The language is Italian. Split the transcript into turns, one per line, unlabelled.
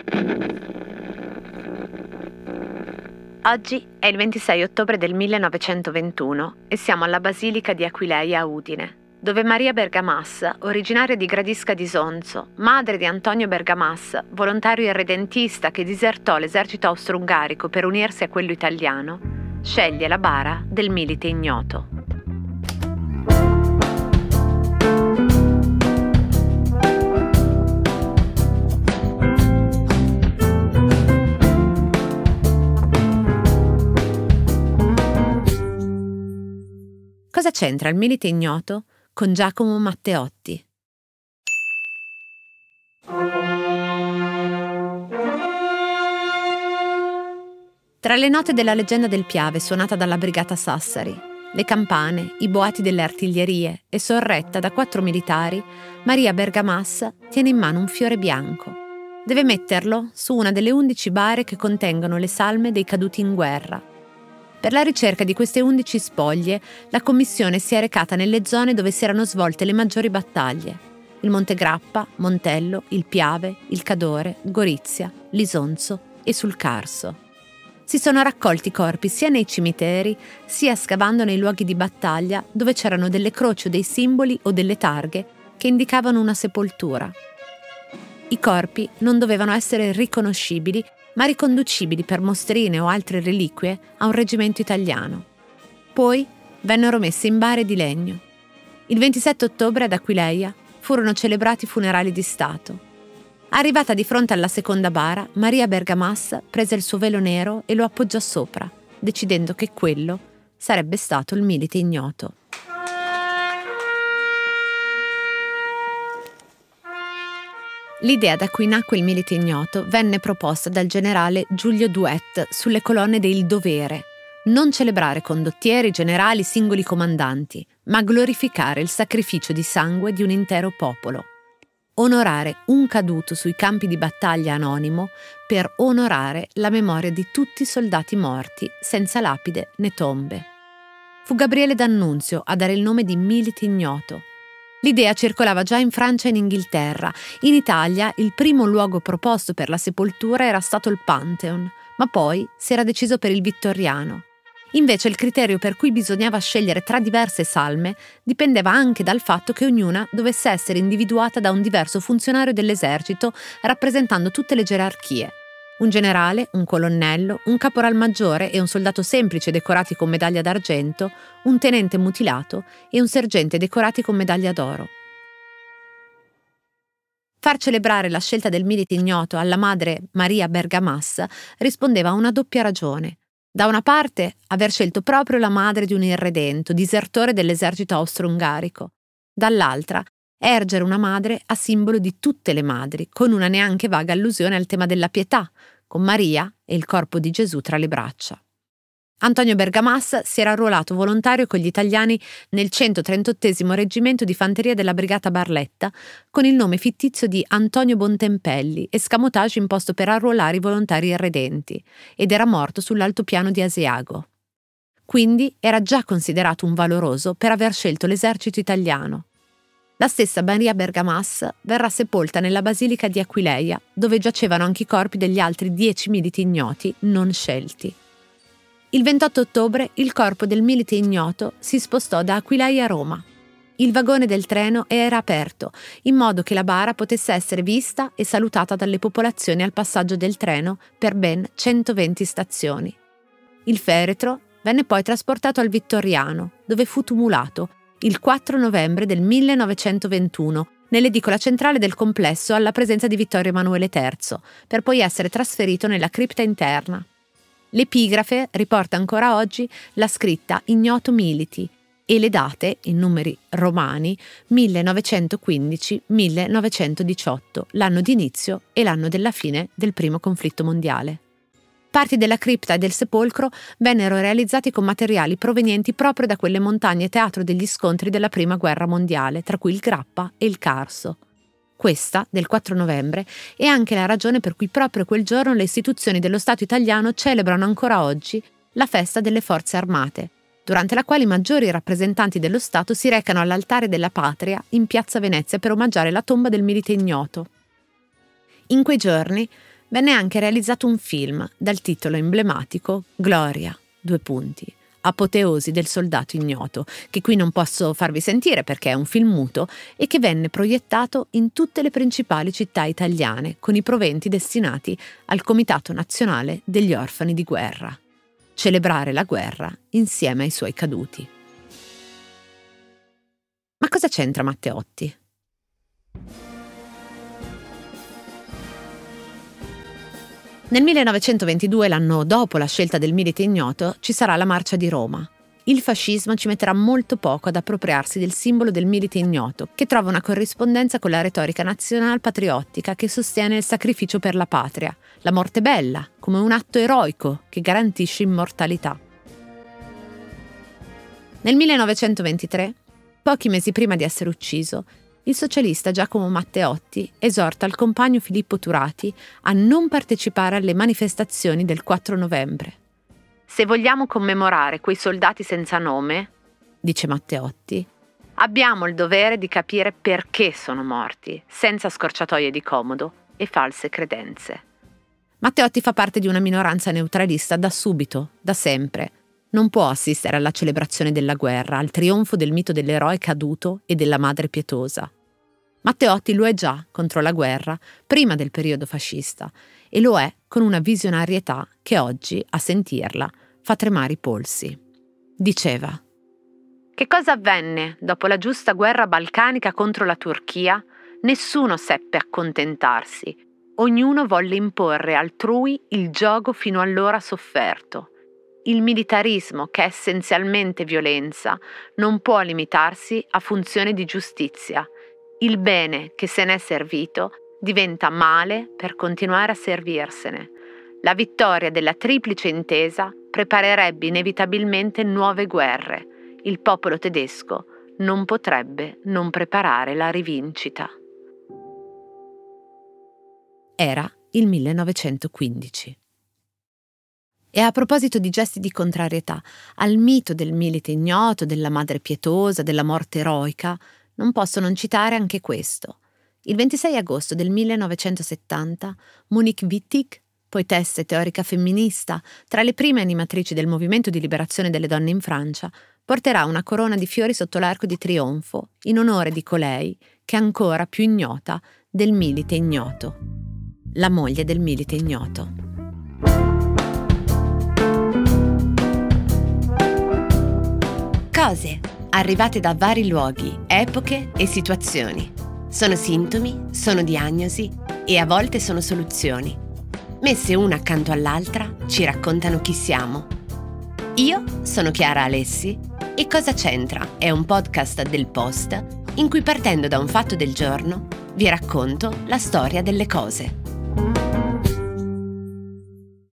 Oggi è il 26 ottobre del 1921 e siamo alla Basilica di Aquileia a Udine, dove Maria Bergamasca, originaria di Gradisca di Sonzo, madre di Antonio Bergamasca, volontario irredentista che disertò l'esercito austro-ungarico per unirsi a quello italiano, sceglie la bara del Milite Ignoto. Cosa c'entra il Milite Ignoto con Giacomo Matteotti? Tra le note della leggenda del Piave suonata dalla Brigata Sassari, le campane, i boati delle artiglierie e sorretta da 4 militari, Maria Bergamasca tiene in mano un fiore bianco. Deve metterlo su una delle 11 bare che contengono le salme dei caduti in guerra. Per la ricerca di queste 11 spoglie, la commissione si è recata nelle zone dove si erano svolte le maggiori battaglie: il Monte Grappa, Montello, il Piave, il Cadore, Gorizia, l'Isonzo e sul Carso. Si sono raccolti corpi sia nei cimiteri, sia scavando nei luoghi di battaglia dove c'erano delle croci o dei simboli o delle targhe che indicavano una sepoltura. I corpi non dovevano essere riconoscibili, ma riconducibili per mostrine o altre reliquie a un reggimento italiano. Poi vennero messe in bare di legno. Il 27 ottobre ad Aquileia furono celebrati i funerali di Stato. Arrivata di fronte alla seconda bara, Maria Bergamasca prese il suo velo nero e lo appoggiò sopra, decidendo che quello sarebbe stato il Milite Ignoto. L'idea da cui nacque il Milite Ignoto venne proposta dal generale Giulio Duet sulle colonne de Il Dovere: non celebrare condottieri, generali, singoli comandanti, ma glorificare il sacrificio di sangue di un intero popolo. Onorare un caduto sui campi di battaglia anonimo per onorare la memoria di tutti i soldati morti, senza lapide né tombe. Fu Gabriele D'Annunzio a dare il nome di Milite Ignoto. L'idea circolava già in Francia e in Inghilterra. In Italia il primo luogo proposto per la sepoltura era stato il Pantheon, ma poi si era deciso per il Vittoriano. Invece il criterio per cui bisognava scegliere tra diverse salme dipendeva anche dal fatto che ognuna dovesse essere individuata da un diverso funzionario dell'esercito rappresentando tutte le gerarchie. Un generale, un colonnello, un caporalmaggiore e un soldato semplice decorati con medaglia d'argento, un tenente mutilato e un sergente decorati con medaglia d'oro. Far celebrare la scelta del Milite Ignoto alla madre Maria Bergamasca rispondeva a una doppia ragione. Da una parte, aver scelto proprio la madre di un irredento, disertore dell'esercito austro-ungarico. Dall'altra, ergere una madre a simbolo di tutte le madri, con una neanche vaga allusione al tema della pietà, con Maria e il corpo di Gesù tra le braccia. Antonio Bergamasca si era arruolato volontario con gli italiani nel 138° Reggimento di Fanteria della Brigata Barletta con il nome fittizio di Antonio Bontempelli, escamotage imposto per arruolare i volontari irredenti, ed era morto sull'altopiano di Asiago. Quindi era già considerato un valoroso per aver scelto l'esercito italiano. La stessa Maria Bergamasca verrà sepolta nella Basilica di Aquileia, dove giacevano anche i corpi degli altri 10 militi ignoti non scelti. Il 28 ottobre il corpo del Milite Ignoto si spostò da Aquileia a Roma. Il vagone del treno era aperto, in modo che la bara potesse essere vista e salutata dalle popolazioni al passaggio del treno per ben 120 stazioni. Il feretro venne poi trasportato al Vittoriano, dove fu tumulato il 4 novembre del 1921 nell'edicola centrale del complesso alla presenza di Vittorio Emanuele III, per poi essere trasferito nella cripta interna. L'epigrafe riporta ancora oggi la scritta Ignoto Militi e le date, in numeri romani, 1915-1918, l'anno d'inizio e l'anno della fine del primo conflitto mondiale. Parti della cripta e del sepolcro vennero realizzati con materiali provenienti proprio da quelle montagne teatro degli scontri della Prima Guerra Mondiale, tra cui il Grappa e il Carso. Questa, del 4 novembre, è anche la ragione per cui proprio quel giorno le istituzioni dello Stato italiano celebrano ancora oggi la festa delle Forze Armate, durante la quale i maggiori rappresentanti dello Stato si recano all'altare della patria in Piazza Venezia per omaggiare la tomba del Milite Ignoto. In quei giorni Venne anche realizzato un film dal titolo emblematico Gloria, apoteosi del soldato ignoto, che qui non posso farvi sentire perché è un film muto e che venne proiettato in tutte le principali città italiane con i proventi destinati al Comitato Nazionale degli Orfani di Guerra. Celebrare la guerra insieme ai suoi caduti. Ma cosa c'entra Matteotti? Nel 1922, l'anno dopo la scelta del Milite Ignoto, ci sarà la Marcia di Roma. Il fascismo ci metterà molto poco ad appropriarsi del simbolo del Milite Ignoto, che trova una corrispondenza con la retorica nazional-patriottica che sostiene il sacrificio per la patria, la morte bella, come un atto eroico che garantisce immortalità. Nel 1923, pochi mesi prima di essere ucciso, il socialista Giacomo Matteotti esorta il compagno Filippo Turati a non partecipare alle manifestazioni del 4 novembre. Se vogliamo commemorare quei soldati senza nome, dice Matteotti, abbiamo il dovere di capire perché sono morti, senza scorciatoie di comodo e false credenze. Matteotti fa parte di una minoranza neutralista da subito, da sempre. Non può assistere alla celebrazione della guerra, al trionfo del mito dell'eroe caduto e della madre pietosa. Matteotti lo è già contro la guerra, prima del periodo fascista, e lo è con una visionarietà che oggi, a sentirla, fa tremare i polsi. Diceva: «Che cosa avvenne dopo la giusta guerra balcanica contro la Turchia? Nessuno seppe accontentarsi. Ognuno volle imporre altrui il giogo fino allora sofferto. Il militarismo, che è essenzialmente violenza, non può limitarsi a funzione di giustizia. Il bene che se n'è servito diventa male per continuare a servirsene. La vittoria della triplice intesa preparerebbe inevitabilmente nuove guerre. Il popolo tedesco non potrebbe non preparare la rivincita». Era il 1915. E a proposito di gesti di contrarietà al mito del Milite Ignoto, della madre pietosa, della morte eroica, non posso non citare anche questo. Il 26 agosto del 1970, Monique Wittig, poetessa e teorica femminista, tra le prime animatrici del movimento di liberazione delle donne in Francia, porterà una corona di fiori sotto l'arco di trionfo in onore di colei che è ancora più ignota del Milite Ignoto, la moglie del Milite Ignoto.
Cose arrivate da vari luoghi, epoche e situazioni. Sono sintomi, sono diagnosi e a volte sono soluzioni. Messe una accanto all'altra ci raccontano chi siamo. Io sono Chiara Alessi e Cosa c'entra è un podcast del Post in cui, partendo da un fatto del giorno, vi racconto la storia delle cose.